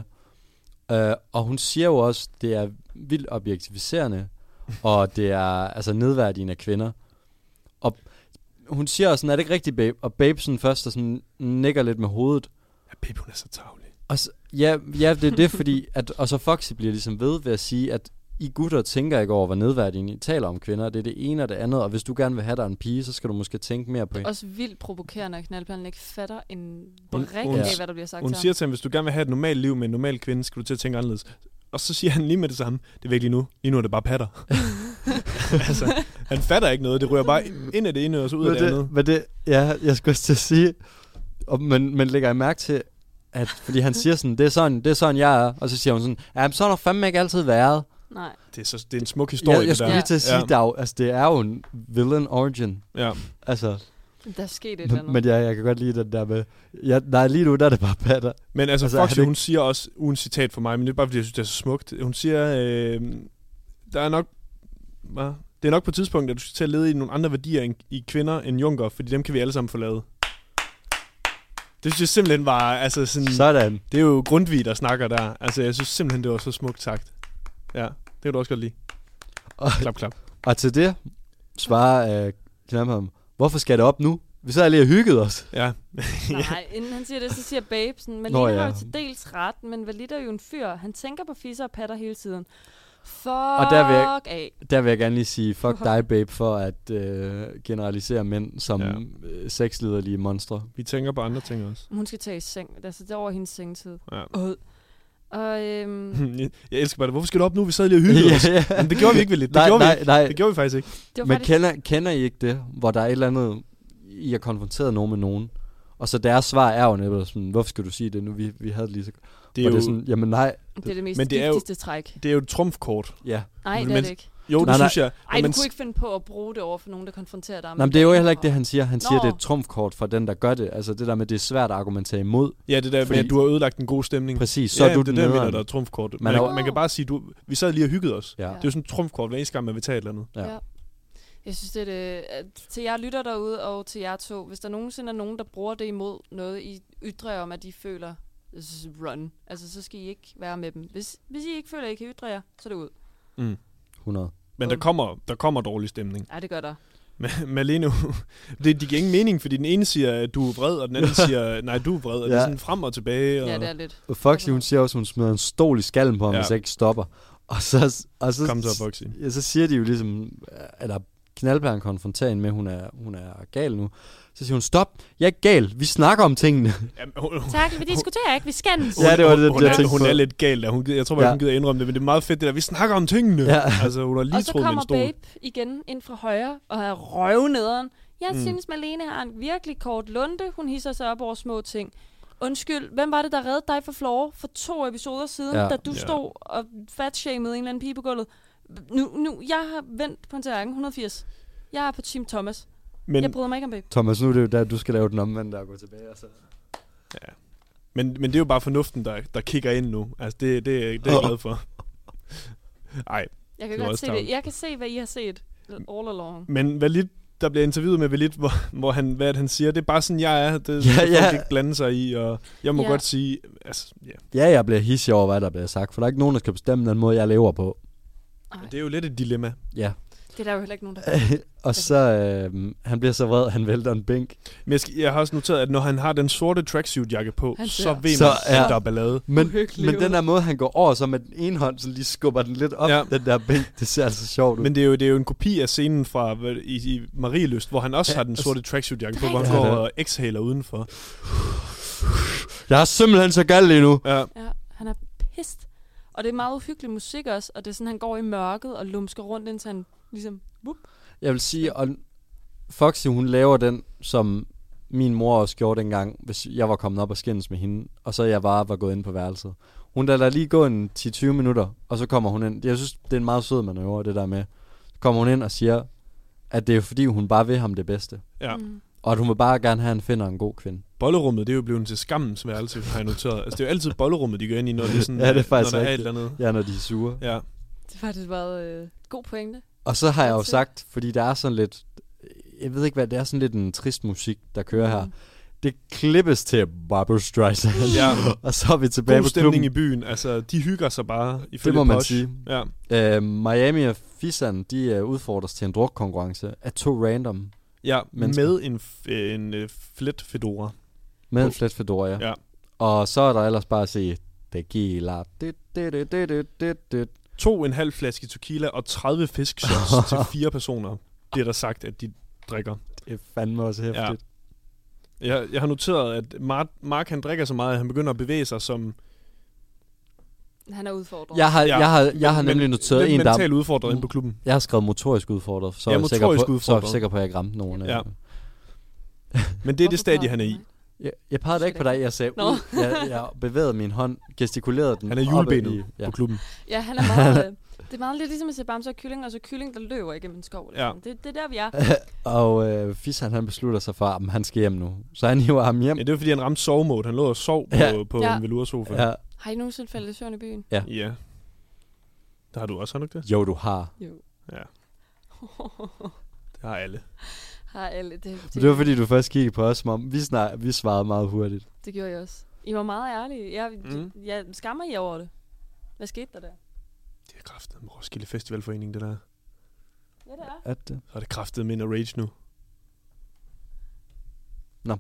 Og hun siger jo også, det er vildt objektificerende, og det er altså nedværdigende af kvinder. Og hun siger også sådan, er det ikke rigtigt, babe? Og babe sådan først og sådan nikker lidt med hovedet. Ja, babe, hun er så tavlig. Og så, ja, det er det, fordi, og så Foxy bliver ligesom ved at sige, at I gutter tænker ikke over, hvor nedværdigende I taler om kvinder. Det er det ene og det andet, og hvis du gerne vil have dig en pige, så skal du måske tænke mere på det er også vildt provokerende, at knaldperlen ikke fatter en brik af, hvad der bliver sagt hun siger til ham, hvis du gerne vil have et normalt liv med en normal kvinde, skal du til at tænke anderledes. Og så siger han lige med det samme, det er virkelig nu. Lige nu er det bare patter. Altså, han fatter ikke noget. Det ryger bare ind af det ene og så ud af det andet. Men det, ja, jeg skulle også til at sige, men lægger I mærke til, at fordi han siger sådan, det er sådan jeg er, og så siger hun sådan, ja, så har der fandme ikke altid været. Nej. Det er en smuk historie. Jeg skulle lige til at sige, det er jo en villain origin. Ja. Altså, der er sket et eller andet. Men jeg kan godt lide den der med, nej, lige nu der er det bare patter. Men altså Foxy, hun siger også, uden citat for mig, men det er bare fordi, jeg synes, det er så smukt. Hun siger, der er nok, det er nok på et tidspunkt, at du skal til at lede i nogle andre værdier i kvinder end Junker, fordi dem kan vi alle sammen få lavet. Det synes jeg simpelthen var, altså sådan... Det er jo Grundtvig, der snakker der. Altså, jeg synes simpelthen, det var så smukt sagt. Ja, det kan du også godt lide. Klap. Og til det svarer Knaldperlen, hvorfor skal det op nu? Vi så lige hygget os. Ja. Nej, inden han siger det, så siger Babe sådan, Malene har jo til dels ret, men Velit er jo en fyr. Han tænker på fisser og patter hele tiden. Og der vil jeg gerne lige sige, fuck dig, babe, for at generalisere mænd som sexliderlige monstre. Vi tænker på andre ting også. Hun skal tage i seng. Altså, det er over hendes sengetid. Ja. Og, jeg elsker bare det. Hvorfor skal du op nu? Vi sad lige og hyggede os. Men det gjorde vi ikke vel lidt. Det gjorde vi faktisk ikke. Men kender I ikke det, hvor der er et eller andet, I har konfronteret nogen med nogen, og så deres svar er jo netop sådan, hvorfor skal du sige det nu? Vi havde lige så... Det er jo... det er sådan, jamen nej. Det er det mest giftigste træk. Det er jo et trumfkort. Ja. Nej, det er det ikke. Jo, det synes jeg. Ej, du kunne ikke finde på at bruge det over for nogen, der konfronterer dig. Nej, men det er jo heller ikke det, han siger. Han siger, det er et trumfkort for den, der gør det. Altså det der med, det er svært at argumentere imod. Ja, det der med, at du har ødelagt en god stemning. Præcis, så er du det den der mener, der er trumfkort. Man kan bare sige, vi sad lige og hyggede os. Ja. Det er jo sådan et trumfkort, hver eneste gang, man vil tage et eller andet. Ja. Jeg synes, det er det. Til jer lytter derude, og til jer to, hvis der nogensinde er nogen, der bruger det imod noget, I ytrer jer om, at de føler, run. Altså, så skal I ikke være med dem. Hvis I ikke føler, at I kan ytre jer, så er det ud. 100. Men der kommer dårlig stemning. Ja, det gør der. Malene, det giver ingen mening, fordi den ene siger, at du er vred, og den anden siger, nej, du er vred. Og det er sådan frem og tilbage. Og... Ja, det er lidt. Og Foxy, hun siger også, hun smider en stol i skallen på ham, hvis jeg ikke stopper. Og så kom så, Foxy. Ja, så siger de jo ligesom, eller Knaldperlen konfronterer hende med, hun er gal nu. Så siger hun, stop, jeg er ikke gal, vi snakker om tingene. Tak, vi diskuterer ikke, vi skændes. Ja, det var det, jeg tænkte hun er lidt gal der. Jeg tror bare, hun gider indrømme det, men det er meget fedt det der, vi snakker om tingene. Ja. Altså, hun har lige troet med en stol. Og så kommer Babe igen ind fra højre og er røvnederen. Jeg synes, Malene har en virkelig kort lunte. Hun hisser sig op over små ting. Undskyld, hvem var det, der reddede dig fra floor for 2 episoder siden, da du stod og fatshamede en eller anden pige på gulvet? Nu, jeg har vendt på en tallerken 180. Jeg er på Team Thomas. Men jeg bryder mig ikke om Babe. Thomas, nu er det jo der, du skal lave den omvendte og gå tilbage. Altså. Ja. Men det er jo bare fornuften, der kigger ind nu. Altså, det er jeg glad for. Ej. Jeg kan godt se det. Jeg kan se, hvad I har set all along. Men Velit der bliver interviewet med Velit, hvor han, hvad han siger, det er bare sådan, jeg er. Det skal folk ikke blande sig i, og jeg må godt sige, altså, Ja, jeg bliver hissig over, hvad der bliver sagt, for der er ikke nogen, der skal bestemme den måde, jeg lever på. det er jo lidt et dilemma. Ja. Det er der jo heller ikke nogen, der Og så, han bliver så vred, han vælter en bænk. Men jeg har også noteret, at når han har den sorte tracksuit-jakke på, så ved man, at der er ballade. Men den der måde, han går over, så med den ene hånd, så lige skubber den lidt op, den der bænk, det ser altså sjovt ud. Men det er jo en kopi af scenen fra i Marielyst, hvor han også har den sorte tracksuit-jakke på, hvor han går og exhaler udenfor. Jeg er simpelthen så gal lige nu. Ja, han er pissed. Og det er meget uhyggelig musik også, og det er sådan, han går i mørket og lumsker rundt, indtil han ligesom... Whoop. Jeg vil sige, og Foxy, hun laver den, som min mor også gjorde dengang, hvis jeg var kommet op og skændes med hende, og så jeg var gået ind på værelset. Hun lader lige gå en 10-20 minutter, og så kommer hun ind. Jeg synes, det er en meget sød manøvre, det der med. Så kommer hun ind og siger, at det er fordi, hun bare vil ham det bedste. Ja. Og at hun vil bare gerne have, at han finder en god kvinde. Bollerummet, det er jo blevet til skammens værelse, har jeg noteret. Altså, det er jo altid bollerummet, de går ind i, når det er sådan, ja, det er faktisk når der er et eller andet. Ja, når de er sure. Ja. Det er faktisk meget god pointe. Og så har jeg jo sagt, fordi der er sådan lidt, jeg ved ikke hvad, det er sådan lidt en trist musik, der kører her. Det klippes til Barbra Streisand. Ja. Og så er vi tilbage på klubben. God stemning i byen. Altså, de hygger sig bare. Det må man sige. Ja. Miami og Fisan, de udfordres til en drukkonkurrence af 2 random mennesker. Med en flet fedora. Med en flet fedora, ja. Og så er der ellers bare at se tequila. 2,5 flaske tequila og 30 fiskshots til 4 personer, bliver der sagt, at de drikker. Det er fandme også hæftigt. Ja. Jeg har noteret, at Mark han drikker så meget, at han begynder at bevæge sig som... Han er udfordret. Jeg har nemlig noteret en, der... mentalt udfordret inde på klubben. Jeg har skrevet motorisk udfordret, så jeg er sikker på, at jeg ikke ramte nogen. Ja. Men det er det stadie, han er i. Jeg pegede ikke på dig, jeg sagde jeg bevægede min hånd, gestikulerede den. Han er julebenet på klubben. Ja, han er meget... det er meget lidt ligesom at se bamser og kylling, og så kylling, der løber igennem en skov. Ja. Det er der, vi er. Og Fisan, han beslutter sig for, at han skal hjem nu. Så han hiver ham hjem. Ja, det er fordi, han ramte sovemode. Han lå og sov på en velursofa. Ja. Har I nogensinde faldet i søvn i byen? Ja. Der har du også, har du ikke det? Jo, du har. Jo. Ja. Det har alle. Det var fordi, du først kiggede på os, som om vi svarede meget hurtigt. Det gjorde jeg også. I var meget ærlige. Jeg skammer I over det. Hvad skete der? Det er kraftet med Roskilde Festivalforening, det der. Ja, det er. Så er det kraftet med en rage nu. Nå.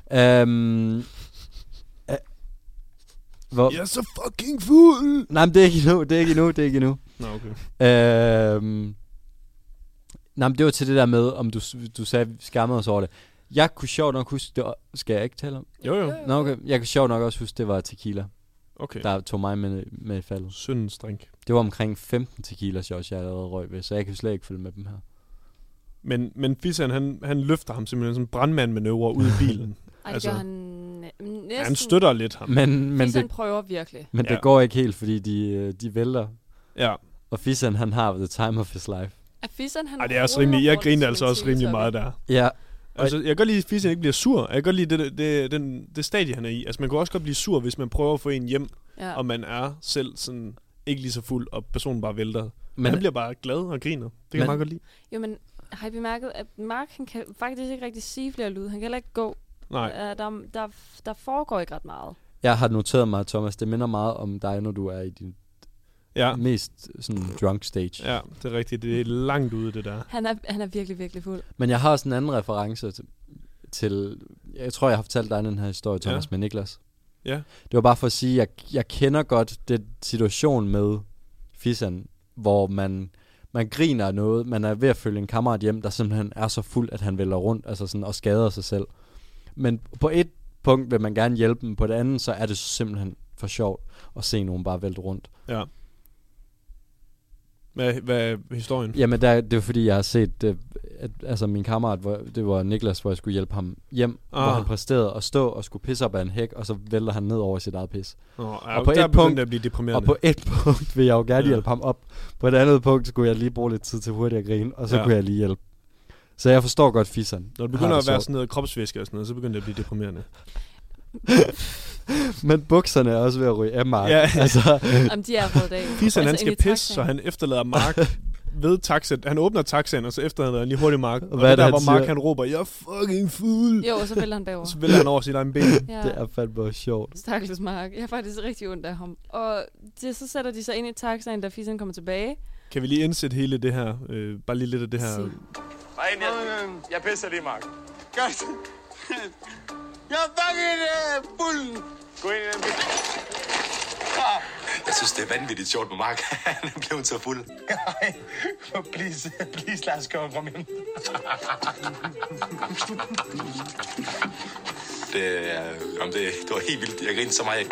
Jeg er så fucking fuld! Nej, men det er ikke endnu. Nå, okay. Nej, men det var til det der med, om du sagde, vi skammede os over det. Jeg kunne sjovt nok huske, det skal jeg ikke tale om? Jo. Nå, okay. Jeg kunne sjovt nok også huske, det var tequila. Okay. Der tog mig med i faldet. Syndens drink. Det var omkring 15 tequila shots, jeg allerede røg ved, så jeg kan slet ikke følge med dem her. Men Fisan, han løfter ham simpelthen som en brandmand-manøvre ud i bilen. Ej, det gør han næsten. Han støtter lidt ham. Men Fisan prøver virkelig. Men det går ikke helt, fordi de vælter. Ja. Og Fisan, han har the time of his life. Fisan, han det er også rimelig, jeg griner altså også rimelig meget der. Ja. Altså, jeg kan godt lide, at Fisan ikke bliver sur. Jeg kan godt lide det stadie, han er i. Altså, man kan også godt blive sur, hvis man prøver at få en hjem, og man er selv sådan ikke lige så fuld, og personen bare vælter. Men han bliver bare glad og griner. Det kan jeg meget godt lide. Jo, men har I bemærket, at Mark, han kan faktisk ikke rigtig sige flere lyde. Han kan heller ikke gå. Nej. Der foregår ikke ret meget. Jeg har noteret mig, Thomas, det minder meget om dig, når du er i din mest sådan drunk stage. Ja, det er rigtigt. Det er langt ude, det der. Han er virkelig, virkelig fuld. Men jeg har også en anden reference til jeg tror, jeg har fortalt dig den her historie, Thomas, med Niklas. Ja. Det var bare for at sige, at jeg kender godt den situation med Fisan, hvor man griner af noget, man er ved at følge en kammerat hjem, der simpelthen er så fuld, at han vælter rundt altså sådan, og skader sig selv. Men på et punkt vil man gerne hjælpe dem, på det andet, så er det simpelthen for sjovt at se nogen bare vælte rundt. Ja. Hvad er historien? Jamen, det var fordi, jeg har set, altså min kammerat, det var Niklas, hvor jeg skulle hjælpe ham hjem, hvor han præsterede at stå og skulle pisse op ad en hæk, og så vælter han ned over sit eget pis. Og på et punkt at blive deprimerende. Og på et punkt vil jeg jo gerne hjælpe ham op. På et andet punkt skulle jeg lige bruge lidt tid til hurtigt at grine, og så kunne jeg lige hjælpe. Så jeg forstår godt Fisan. Når du begynder at være sådan noget kropsvæske og sådan noget, så begynder det at blive deprimerende. Men bukserne er også ved at ryge af Mark. Ja. Jamen, de er på dag. Fisan, han skal pisse, så han efterlader Mark ved taxaen. Han åbner taxaen, og så efterlader han lige hurtigt Mark. Og hvad det der, han hvor siger? Mark han råber, jeg er fucking fuld. Jo, og så vælter han bagover. Og så vælter han over sit egen ben. Ja. Det er fandme sjovt. Stakkels Mark. Jeg har faktisk rigtig ondt af ham. Og så sætter de sig ind i taxaen, da Fissen kommer tilbage. Kan vi lige indsætte hele det her? Bare lige lidt af det her. Nej, jeg pisser lige, Mark. Godt. Jeg er fucking fuld. Gå ind i den bil. Jeg synes, det er vanvittigt sjovt med Mark. Han er blevet så fuld. Nej, please, lad os komme ind. Det var helt vildt. Jeg grinede så meget.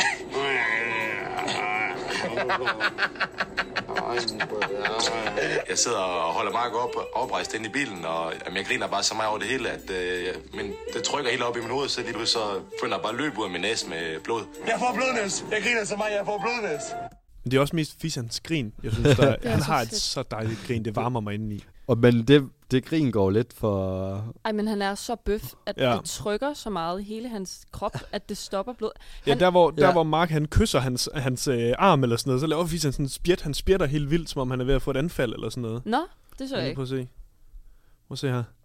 Jeg sidder og holder Mark oprejst inde i bilen, og jeg griner bare så meget over det hele, at men det trykker helt op i min hoved, så lige pludselig så begynder jeg bare at løbe ud af min næse med blod. Jeg får blodnæs. Jeg griner så meget, jeg får blodnæs. Men det er også mest Fissans grin. Jeg synes, han så har et fedt. så dejligt grin. Det varmer mig indeni. Men det grin går lidt for... Ej, men han er så bøf, at Ja. det trykker så meget i hele hans krop, at det stopper blod. Ja, der hvor Mark han kysser hans arm eller sådan noget, så laver Fissan sådan en spjæt. Han spjætter helt vildt, som om han er ved at få et anfald eller sådan noget. Nå, det så jeg ikke. Prøv at se. Prøv at se her.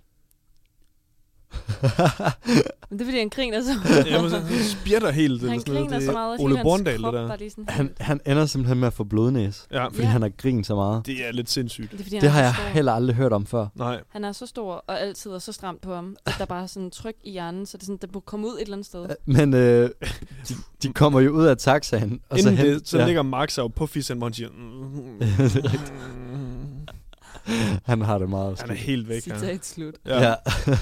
Men det er fordi, han griner så Han spjætter helt. Han eller sådan noget. griner Det så er meget, at Ole hele hans Borndal, krop det der. var lige sådan... Han ender simpelthen med at få blodnæs, Ja, fordi han har grint så meget. det er lidt sindssygt. Det er fordi, han Det er har så jeg stor. heller aldrig hørt om før. Nej. Han er så stor og altid er så stramt på ham, at der bare er sådan tryk i hjernen, så det er sådan, der må komme ud et eller andet sted. Men de kommer jo ud af taxaen. Og Inden så så ligger Mark sig jo på Fissan, hvor han siger... Han har det meget Han er helt væk her. Citat slut. Ja.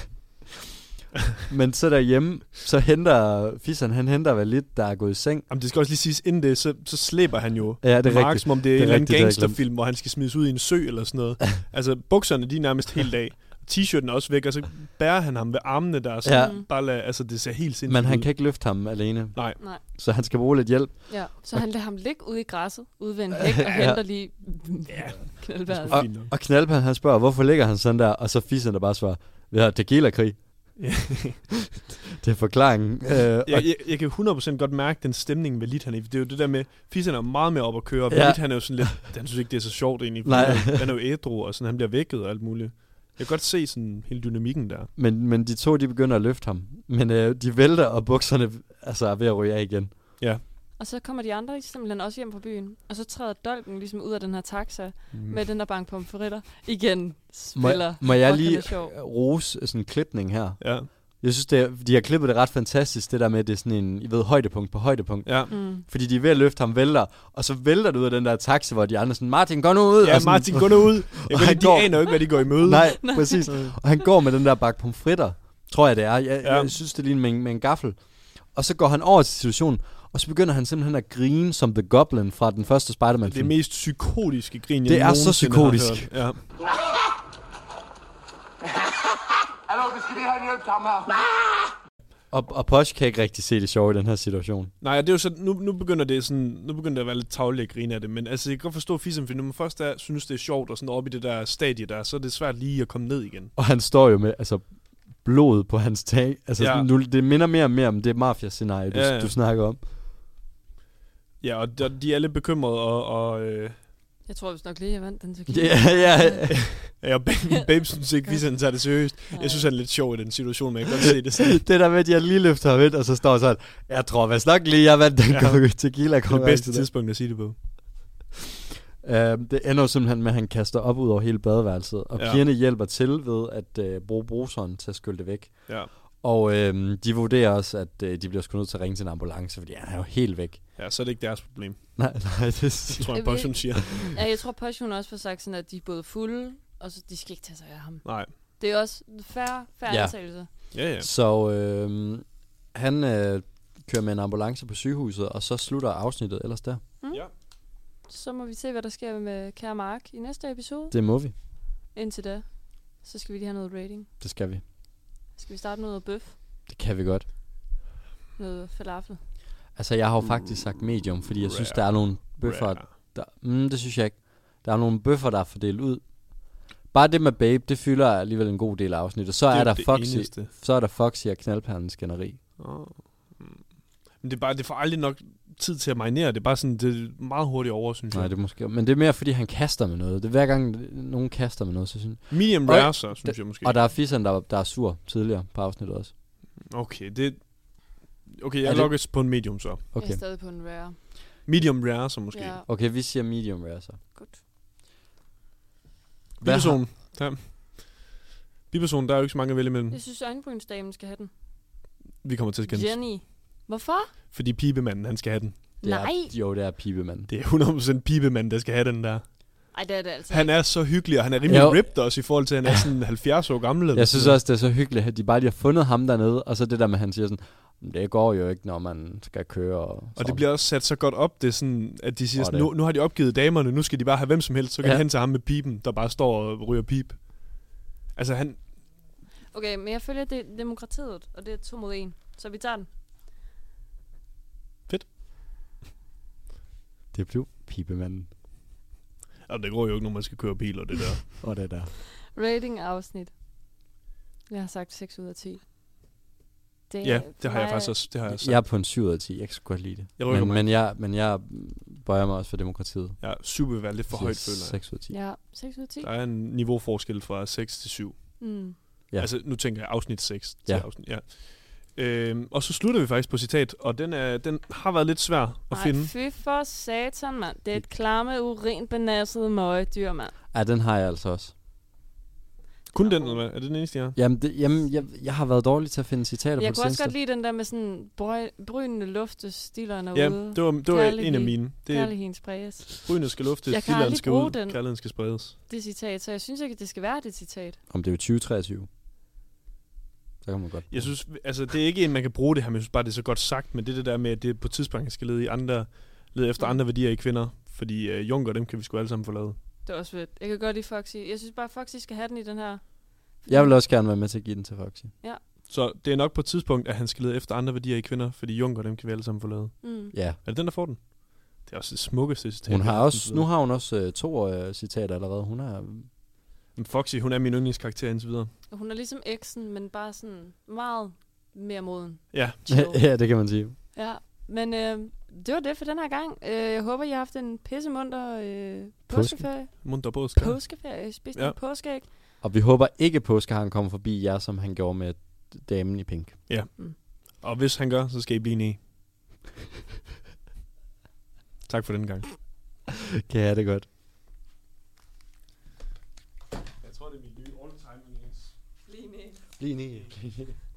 Men så derhjemme, så henter Fissan, han henter vel lidt, der er gået i seng. Jamen, det skal også lige siges, inden det, så slæber han jo Ja, det er Mark, rigtigt. som om det er en Det eller er anden rigtigt, det har jeg gangsterfilm, hvor han skal smides ud i en sø eller sådan noget. Altså, bukserne, de er nærmest helt af. T-shirten er også væk, og så bærer han ham ved armene der, så Ja. bare altså, det ser helt sindssygt Men han ud. kan ikke løfte ham alene, Nej. Nej. så han skal bruge lidt hjælp. Ja, så han lader ham ligge ude i græsset, ude ved en hæk, og henter lige knaldbæret. Og, Fint nok. og Knaldpan, han spørger, hvorfor ligger han sådan der? Og så Fissan der bare svarer, vi har tequila-krig. Det er forklaringen. Jeg kan 100% godt mærke den stemning med Lit, han er. Det er jo det der med, Fissan er meget mere op at køre, og Ja. Lit, han er jo sådan lidt, han synes ikke, det er så sjovt egentlig, Nej. han er jo ædru, og sådan, han bliver vækket og alt muligt. Jeg kan godt se sådan hele dynamikken der. Men de to, de begynder at løfte ham. Men de vælter, og bukserne altså, er ved at ryge af igen. Ja. Og så kommer de andre simpelthen også hjem fra byen, og så træder Dolken ligesom ud af den her taxa med den der bank pomfritter. Igen spiller. Må jeg fuck, han lige er sjov. rose sådan en klipning her? Ja. Jeg synes, de har klippet det ret fantastisk, det der med, det er sådan en, I ved, højdepunkt på højdepunkt. Ja. Fordi de er ved at løfte ham, vælter, og så vælter det ud af den der taxa, hvor de andre sådan, Martin, gå nu ud! Ja, og sådan, Martin, gå nu ud. han De aner jo ikke, hvad de går i møde. Nej, præcis. Og han går med den der bakke pomfritter, tror jeg det er. Ja. Jeg synes, det ligner med en gaffel. Og så går han over til situationen, og så begynder han simpelthen at grine som The Goblin fra den første Det er Spider-Man-film. mest psykotiske grin, jeg Det er så nogensinde psykotisk. har hørt. Ja. Hallo, vi skal lige have en hjælp til ham her. Og Posh kan ikke rigtig se det sjove i den her situation. Nej, det er jo så, nu begynder det sådan, nu begynder det at være lidt tavligt at grine af det, men altså, jeg kan godt forstå Fissan, for når man først synes, det er sjovt, og sådan oppe i det der stadie der, så er det svært lige at komme ned igen. Og han står jo med blod på hans tag. Altså, Ja. nu, det minder mere og mere om det mafia-scenarie, du snakker om. Ja, og de er lidt bekymrede, og Jeg tror vist nok lige, jeg vandt den til Ja. Babe synes ikke, Fissan tager det seriøst. Jeg synes, han er lidt sjov i den situation, men jeg kan godt se det sådan. Det der med, at jeg lige løfter ham ind, og så står sådan, jeg tror vist nok lige, jeg vandt den tequila. Det er det bedste tidspunkt at sige det på. Det ender jo simpelthen med, at han kaster op ud over hele badeværelset, og pigerne hjælper til ved at bruge bruseren til at skylde det væk. Ja. Og de vurderer også, at de bliver sgu nødt til at ringe til en ambulance, fordi han er jo helt væk. Ja, så er det ikke deres problem. Nej, det tror jeg, Posh siger. Ja, jeg tror Posh hun også får sagt sådan, at de er både fulde, og så de skal ikke tage sig af ham. Nej. Det er også færre antagelse. Ja. Så han kører med en ambulance på sygehuset, og så slutter afsnittet ellers der. Ja. Så må vi se, hvad der sker med Kære Mark i næste episode. Det må vi. Indtil da, så skal vi lige have noget rating. Det skal vi. Skal vi starte med noget bøf? Det kan vi godt. Noget falafel? Altså, jeg har jo faktisk sagt medium, fordi jeg synes, der er nogle bøffer, der... det synes jeg ikke. Der er nogle bøffer, der er fordelt ud. Bare det med Babe, det fylder alligevel en god del af afsnittet. Så er der Foxy. Så er der Foxy og Knaldperlens skænderi. Men det får aldrig nok tid til at marinere. Det er bare sådan, det er meget hurtigt over, synes jeg. Nej, det er måske... Men det er mere, fordi han kaster med noget. Det er hver gang, nogen kaster med noget, så synes jeg... Medium rare, så synes jeg måske. Og der er fisseren, der er sur tidligere på afsnittet også. Okay, jeg logges på en medium så. Okay. Jeg er stadig på en rare. Medium rare, så måske. Ja. Okay, vi siger medium rare, så. Godt. Biperson. Biperson, der er jo ikke så mange at vælge imellem. Jeg synes, øjenbrynsdamen skal have den. Vi kommer til at skændes. Jenny. Hvorfor? Fordi pibemanden, han skal have den. Nej. Jo, det er pibemanden. Det er 100% pibemanden, der skal have den der. Ej, det er det altså. Han er så hyggelig, og han er rimelig ripped også, i forhold til, at han er sådan 70 år gammel. Jeg synes også, det er så hyggeligt, at de bare lige har fundet ham dernede, og så det der med, han siger sådan, det går jo ikke, når man skal køre. Og det bliver også sat så godt op, det er sådan, at de siger, sådan, nu har de opgivet damerne, nu skal de bare have hvem som helst, så kan de hen til ham med piben, der bare står og ryger pip. Altså han... Okay, men jeg følger det demokratiet, og det er 2 mod 1, så vi tager den. Fedt. Det blev pibemanden. Og det går jo ikke, når man skal køre bil og det der. Og det der. Rating-afsnit. Jeg har sagt 6 ud af 10. Det har jeg faktisk også. Det har jeg sagt. Jeg er på en 7 ud af 10. Jeg kan sgu godt lide det. Men jeg bøjer mig også for demokratiet. Ja, 7 vil være lidt for højt, føler jeg. 6 ud af 10. Ja, 6 ud af 10. Der er en niveauforskel fra 6 til 7. Mm. Ja. Altså, nu tænker jeg afsnit 6 til afsnit. Ja. Og så slutter vi faktisk på citat, og den har været lidt svær at finde. Fy for satan, mand. Det er et klamme, urinbenasset møgdyr, mand. Ja, den har jeg altså også. Kun den, eller hvad? Er det den eneste, jeg har? Jamen, jeg har været dårlig til at finde citater på det. Jeg kunne også godt lide den der med sådan brynende luftes, stillerne ja, ude. det var en af mine. Kærligheden spredes. Brynene skal luftes, stillerne skal ud, kærligheden skal spredes. Det citat, så jeg synes ikke, det skal være det citat. Om det er jo 2023. Så kan man godt. Jeg synes, altså det er ikke en, man kan bruge det her, men jeg synes bare, det er så godt sagt, men det der med, at det på tidspunkt skal lede efter andre værdier i kvinder, fordi Junker, dem kan vi sgu alle sammen få lavet. Det er også fedt. Jeg kan godt lide Foxy. Jeg synes bare, Foxy skal have den i den her. Jeg vil også gerne være med til at give den til Foxy. Ja. Så det er nok på et tidspunkt, at han skal lede efter andre værdier i kvinder, fordi Junker, dem kan vi alle sammen få lavet. Mm. Ja. Er det den, der får den? Det er også det smukkeste citat. Nu har hun også 2 citater allerede. Hun er... Foxy, hun er min yndlingskarakter indtil videre. Og hun er ligesom eksen, men bare sådan meget mere moden. Ja. Ja, det kan man sige. Ja, men det var det for den her gang. Jeg håber, I har haft en pissemunter påskeferie. Munter påske. Påskeferie. Spist en påskeæg. Og vi håber ikke, at påskeharen kommer forbi jer, som han gjorde med damen i pink. Ja. Mm. Og hvis han gør, så skal I blive enige. Tak for den gang. Kan jeg have det godt. Jeg tror, det er mit nye all-time. Lige ned. Lige ned.